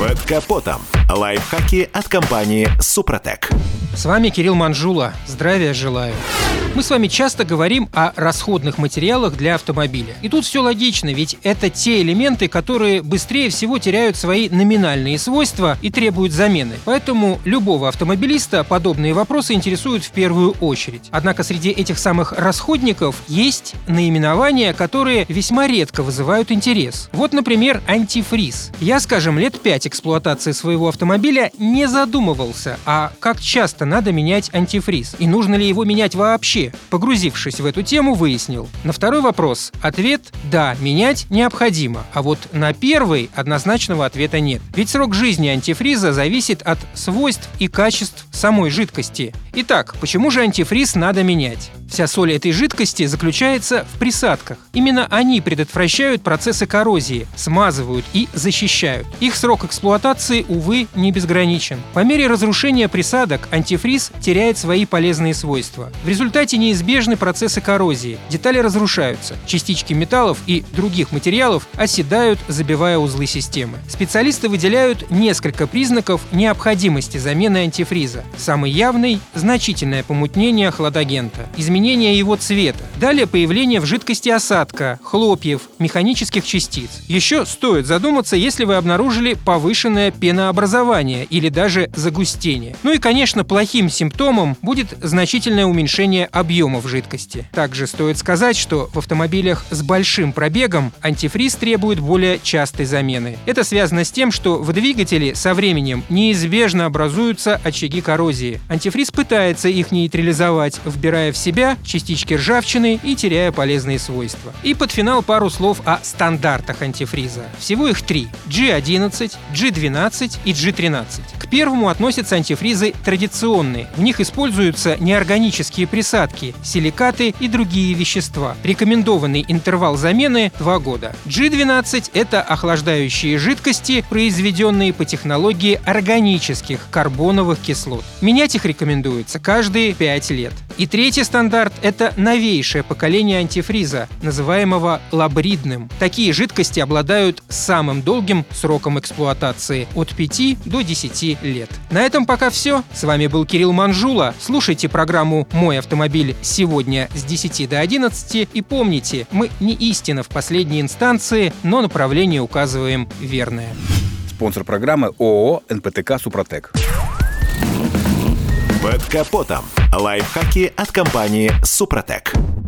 Под капотом. Лайфхаки от компании «Супротек». С вами Кирилл Манжула. Здравия желаю. Мы с вами часто говорим о расходных материалах для автомобиля. И тут все логично, ведь это те элементы, которые быстрее всего теряют свои номинальные свойства и требуют замены. Поэтому любого автомобилиста подобные вопросы интересуют в первую очередь. Однако среди этих самых расходников есть наименования, которые весьма редко вызывают интерес. Вот, например, антифриз. Я, скажем, лет 5 эксплуатации своего автомобиля не задумывался, а как часто надо менять антифриз и нужно ли его менять вообще. Погрузившись в эту тему, выяснил. На второй вопрос ответ – да, менять необходимо. А вот на первый однозначного ответа нет. Ведь срок жизни антифриза зависит от свойств и качеств самой жидкости. Итак, почему же антифриз надо менять? Вся соль этой жидкости заключается в присадках. Именно они предотвращают процессы коррозии, смазывают и защищают. Их срок эксплуатации, увы, не безграничен. По мере разрушения присадок антифриз теряет свои полезные свойства. В результате неизбежны процессы коррозии. Детали разрушаются, частички металлов и других материалов оседают, забивая узлы системы. Специалисты выделяют несколько признаков необходимости замены антифриза. Самый явный – значительное помутнение хладагента, изменение его цвета. Далее появление в жидкости осадка, хлопьев, механических частиц. Еще стоит задуматься, если вы обнаружили повышенное пенообразование или даже загустение. Ну и, конечно, плохим симптомом будет значительное уменьшение объемов жидкости. Также стоит сказать, что в автомобилях с большим пробегом антифриз требует более частой замены. Это связано с тем, что в двигателе со временем неизбежно образуются очаги коррозии. Антифриз пытается их нейтрализовать, вбирая в себя частички ржавчины и теряя полезные свойства. И под финал пару слов о стандартах антифриза. Всего их 3 – G11, G12 и G13. К первому относятся антифризы традиционные. В них используются неорганические присадки, силикаты и другие вещества. Рекомендованный интервал замены – 2 года. G12 – это охлаждающие жидкости, произведенные по технологии органических карбоновых кислот. Менять их рекомендуется каждые 5 лет. И третий стандарт – это новейшее поколение антифриза, называемого лабридным. Такие жидкости обладают самым долгим сроком эксплуатации – от 5 до 10 лет. На этом пока все. С вами был Кирилл Манжула. Слушайте программу «Мой автомобиль» сегодня с 10 до 11. И помните, мы не истина в последней инстанции, но направление указываем верное. Спонсор программы ООО «НПТК Супротек». Под капотом. Лайфхаки от компании «Супротек».